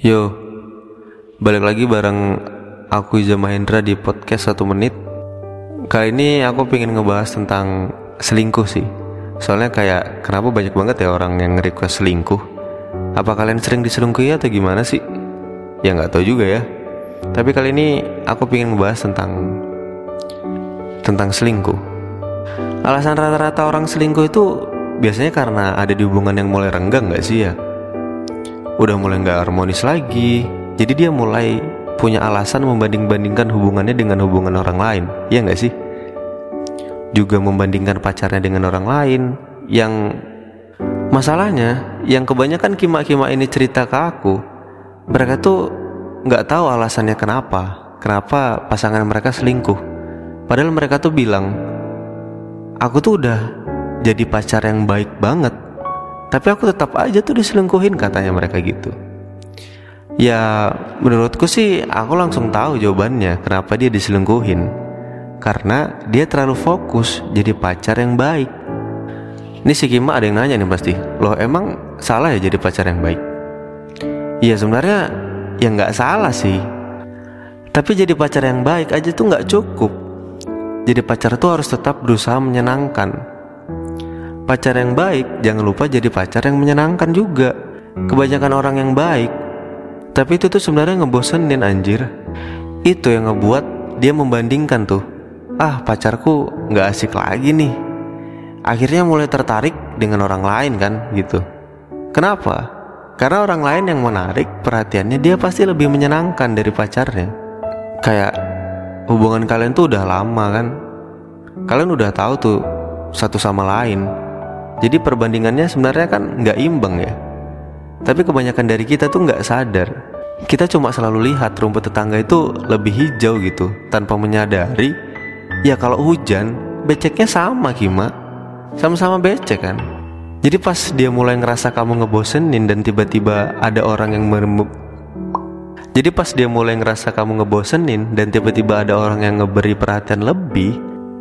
Yo, balik lagi bareng aku Iza Mahendra di podcast 1 menit. Kali ini aku pengen ngebahas tentang selingkuh sih. Soalnya kayak kenapa banyak banget ya orang yang request selingkuh. Apa kalian sering diselingkuhi atau gimana sih? Ya gak tahu juga ya. Tapi kali ini aku pengen ngebahas tentang selingkuh. Alasan rata-rata orang selingkuh itu biasanya karena ada di hubungan yang mulai renggang gak sih ya? Udah mulai gak harmonis lagi. Jadi dia mulai punya alasan membanding-bandingkan hubungannya dengan hubungan orang lain. Iya gak sih? Juga membandingkan pacarnya dengan orang lain. Yang masalahnya, yang kebanyakan kima-kima ini cerita ke aku, mereka tuh gak tahu alasannya kenapa pasangan mereka selingkuh. Padahal mereka tuh bilang, aku tuh udah jadi pacar yang baik banget, tapi aku tetap aja tuh diselingkuhin, katanya mereka gitu. Ya menurutku sih aku langsung tahu jawabannya kenapa dia diselingkuhin. Karena dia terlalu fokus jadi pacar yang baik. Ini si Kima ada yang nanya nih pasti, loh emang salah ya jadi pacar yang baik? Iya sebenarnya ya gak salah sih. Tapi jadi pacar yang baik aja tuh gak cukup. Jadi pacar tuh harus tetap berusaha menyenangkan. Pacar yang baik jangan lupa jadi pacar yang menyenangkan juga. Kebanyakan orang yang baik, tapi itu tuh sebenarnya ngebosenin anjir. Itu yang ngebuat dia membandingkan tuh, pacarku gak asik lagi nih. Akhirnya mulai tertarik dengan orang lain kan gitu. Kenapa? Karena orang lain yang menarik perhatiannya dia pasti lebih menyenangkan dari pacarnya. Kayak hubungan kalian tuh udah lama kan, kalian udah tahu tuh satu sama lain. Jadi perbandingannya sebenarnya kan gak imbang ya. Tapi kebanyakan dari kita tuh gak sadar. Kita cuma selalu lihat rumput tetangga itu lebih hijau gitu, tanpa menyadari ya kalau hujan beceknya sama Kima. Sama-sama becek kan. Jadi pas dia mulai ngerasa kamu ngebosenin dan tiba-tiba ada orang yang Jadi pas dia mulai ngerasa kamu ngebosenin dan tiba-tiba ada orang yang ngeberi perhatian lebih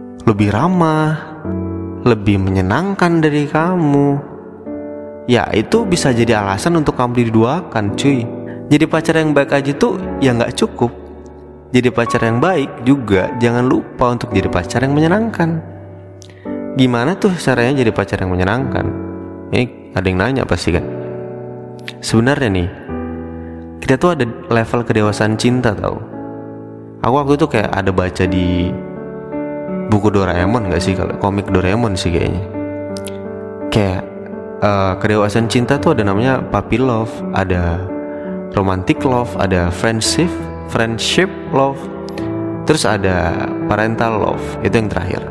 ramah, lebih menyenangkan dari kamu, ya itu bisa jadi alasan untuk kamu diduakan cuy. Jadi pacar yang baik aja tuh ya gak cukup. Jadi pacar yang baik juga jangan lupa untuk jadi pacar yang menyenangkan. Gimana tuh caranya jadi pacar yang menyenangkan? Ini ada yang nanya pasti kan. Sebenarnya nih, kita tuh ada level kedewasaan cinta tau. Aku waktu itu kayak ada baca di buku Doraemon gak sih, kalau komik Doraemon sih kayaknya. Kayak kedewasaan cinta tuh ada namanya puppy love, ada romantic love, ada friendship love, terus ada parental love, itu yang terakhir.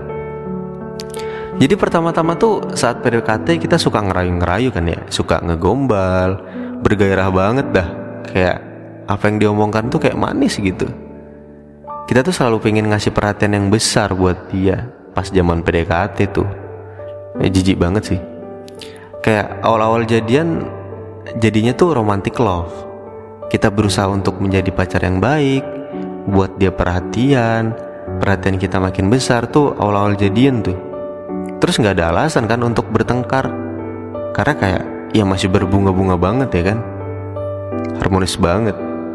Jadi pertama-tama tuh saat PDKT kita suka ngerayu-ngerayu kan ya, suka ngegombal, bergairah banget dah. Kayak apa yang diomongkan tuh kayak manis gitu. Kita tuh selalu pengen ngasih perhatian yang besar buat dia pas zaman PDKT tuh. Jijik banget sih. Kayak awal-awal jadian jadinya tuh romantic love. Kita berusaha untuk menjadi pacar yang baik, buat dia perhatian kita makin besar tuh awal-awal jadian tuh. Terus gak ada alasan kan untuk bertengkar, karena kayak ya masih berbunga-bunga banget ya kan. Harmonis banget.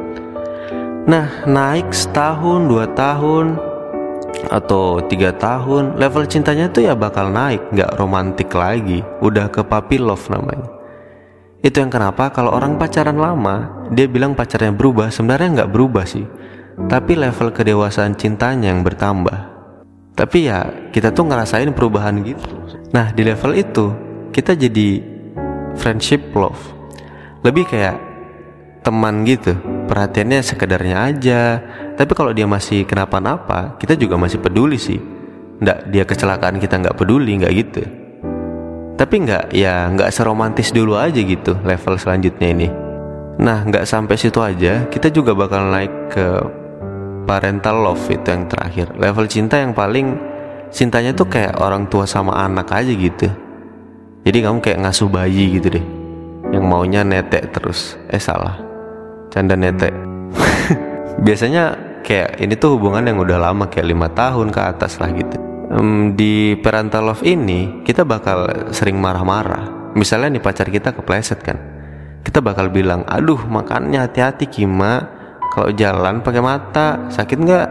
Nah naik setahun, 2 tahun, atau 3 tahun, level cintanya tuh ya bakal naik. Gak romantik lagi, udah ke puppy love namanya. Itu yang kenapa kalau orang pacaran lama dia bilang pacarnya berubah, sebenarnya gak berubah sih, tapi level kedewasaan cintanya yang bertambah. Tapi ya kita tuh ngerasain perubahan gitu. Nah di level itu kita jadi friendship love, lebih kayak teman gitu, perhatiannya sekedarnya aja. Tapi kalau dia masih kenapa-napa, kita juga masih peduli sih. Nggak dia kecelakaan kita nggak peduli, nggak gitu. Tapi nggak seromantis dulu aja gitu level selanjutnya ini. Nah nggak sampai situ aja, kita juga bakal naik ke parental love, itu yang terakhir. Level cinta yang paling cintanya tuh kayak orang tua sama anak aja gitu. Jadi kamu kayak ngasuh bayi gitu deh, yang maunya netek terus. Salah, canda netek. Biasanya kayak ini tuh hubungan yang udah lama, kayak 5 tahun ke atas lah gitu. Di parental love ini kita bakal sering marah-marah. Misalnya nih pacar kita kepleset kan, kita bakal bilang, aduh makannya hati-hati Kima, kalau jalan pakai mata sakit nggak?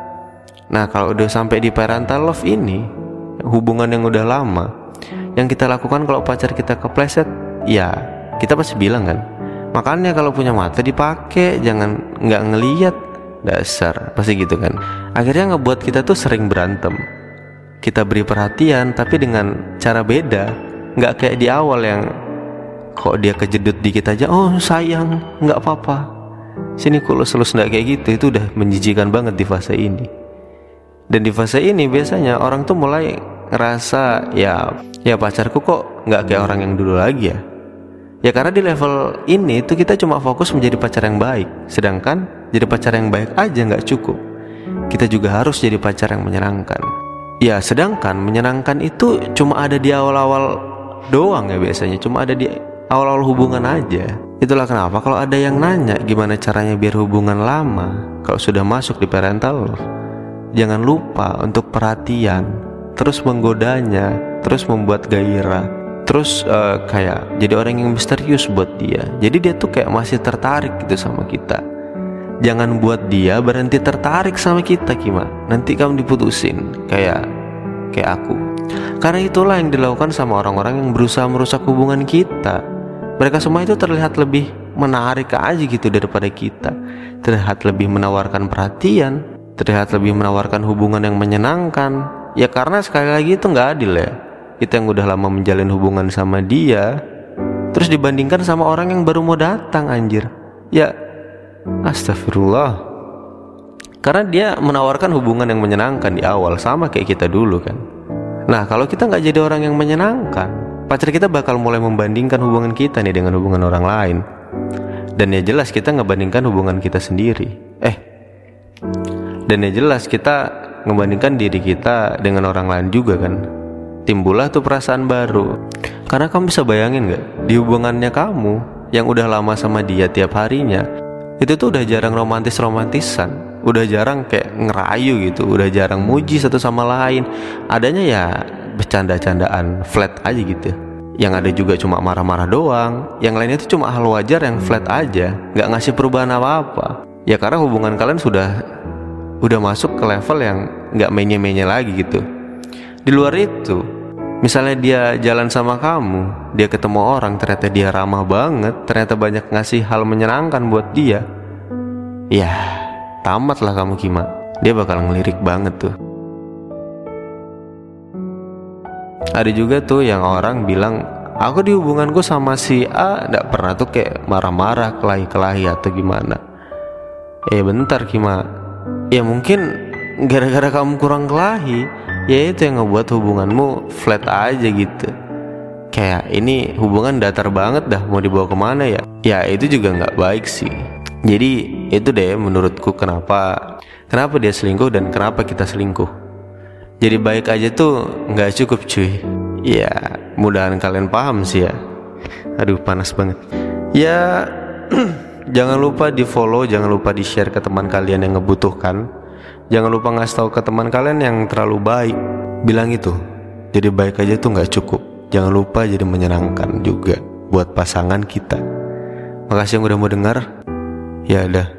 Nah kalau udah sampai di parental love ini, hubungan yang udah lama, yang kita lakukan kalau pacar kita kepleset, ya kita pasti bilang kan, makanya kalau punya mata dipakai, jangan nggak ngeliat, dasar, pasti gitu kan. Akhirnya ngebuat kita tuh sering berantem. Kita beri perhatian tapi dengan cara beda, nggak kayak di awal yang kok dia kejedut dikit aja, oh sayang nggak apa-apa, sini kulus-lus, nggak kayak gitu. Itu udah menjijikan banget di fase ini. Dan di fase ini biasanya orang tuh mulai ngerasa ya pacarku kok nggak kayak orang yang dulu lagi ya. Ya karena di level ini tuh kita cuma fokus menjadi pacar yang baik, sedangkan jadi pacar yang baik aja nggak cukup. Kita juga harus jadi pacar yang menyenangkan. Ya sedangkan menyenangkan itu cuma ada di awal-awal doang ya, biasanya cuma ada di awal-awal hubungan aja. Itulah kenapa kalau ada yang nanya gimana caranya biar hubungan lama kalau sudah masuk di parental love, jangan lupa untuk perhatian, terus menggodanya, terus membuat gairah, terus kayak jadi orang yang misterius buat dia. Jadi dia tuh kayak masih tertarik gitu sama kita. Jangan buat dia berhenti tertarik sama kita Kima, nanti kamu diputusin kayak aku. Karena itulah yang dilakukan sama orang-orang yang berusaha merusak hubungan kita. Mereka semua itu terlihat lebih menarik aja gitu daripada kita, terlihat lebih menawarkan perhatian, terlihat lebih menawarkan hubungan yang menyenangkan. Ya karena sekali lagi itu gak adil ya, kita yang udah lama menjalin hubungan sama dia terus dibandingkan sama orang yang baru mau datang, anjir. Ya astagfirullah. Karena dia menawarkan hubungan yang menyenangkan di awal, sama kayak kita dulu kan. Nah kalau kita gak jadi orang yang menyenangkan, pacar kita bakal mulai membandingkan hubungan kita nih dengan hubungan orang lain. Dan ya jelas kita ngebandingkan hubungan kita sendiri. Dan ya jelas kita ngebandingkan diri kita dengan orang lain juga kan. Timbullah tuh perasaan baru. Karena kamu bisa bayangin gak, di hubungannya kamu yang udah lama sama dia tiap harinya, itu tuh udah jarang romantisan, udah jarang kayak ngerayu gitu, udah jarang muji satu sama lain. Adanya ya bercanda-candaan flat aja gitu. Yang ada juga cuma marah-marah doang. Yang lainnya tuh cuma hal wajar yang flat aja, gak ngasih perubahan apa-apa. Ya karena hubungan kalian udah masuk ke level yang gak menye-menye lagi gitu. Di luar itu, misalnya dia jalan sama kamu, dia ketemu orang, ternyata dia ramah banget, ternyata banyak ngasih hal menyenangkan buat dia, ya tamatlah kamu Kima. Dia bakal ngelirik banget tuh. Ada juga tuh yang orang bilang, aku di hubunganku sama si A gak pernah tuh kayak marah-marah, kelahi-kelahi atau gimana. Bentar Kima, ya mungkin gara-gara kamu kurang kelahi, ya itu yang ngebuat hubunganmu flat aja gitu. Kayak ini hubungan datar banget dah, mau dibawa kemana ya? Ya itu juga gak baik sih. Jadi itu deh menurutku kenapa dia selingkuh dan kenapa kita selingkuh. Jadi baik aja tuh gak cukup cuy. Ya mudahan kalian paham sih ya. Aduh panas banget. Ya jangan lupa di follow, jangan lupa di share ke teman kalian yang ngebutuhkan. Jangan lupa ngasih tahu ke teman kalian yang terlalu baik. Bilang itu, jadi baik aja tuh gak cukup. Jangan lupa jadi menyenangkan juga buat pasangan kita. Makasih yang udah mau dengar. Ya udah.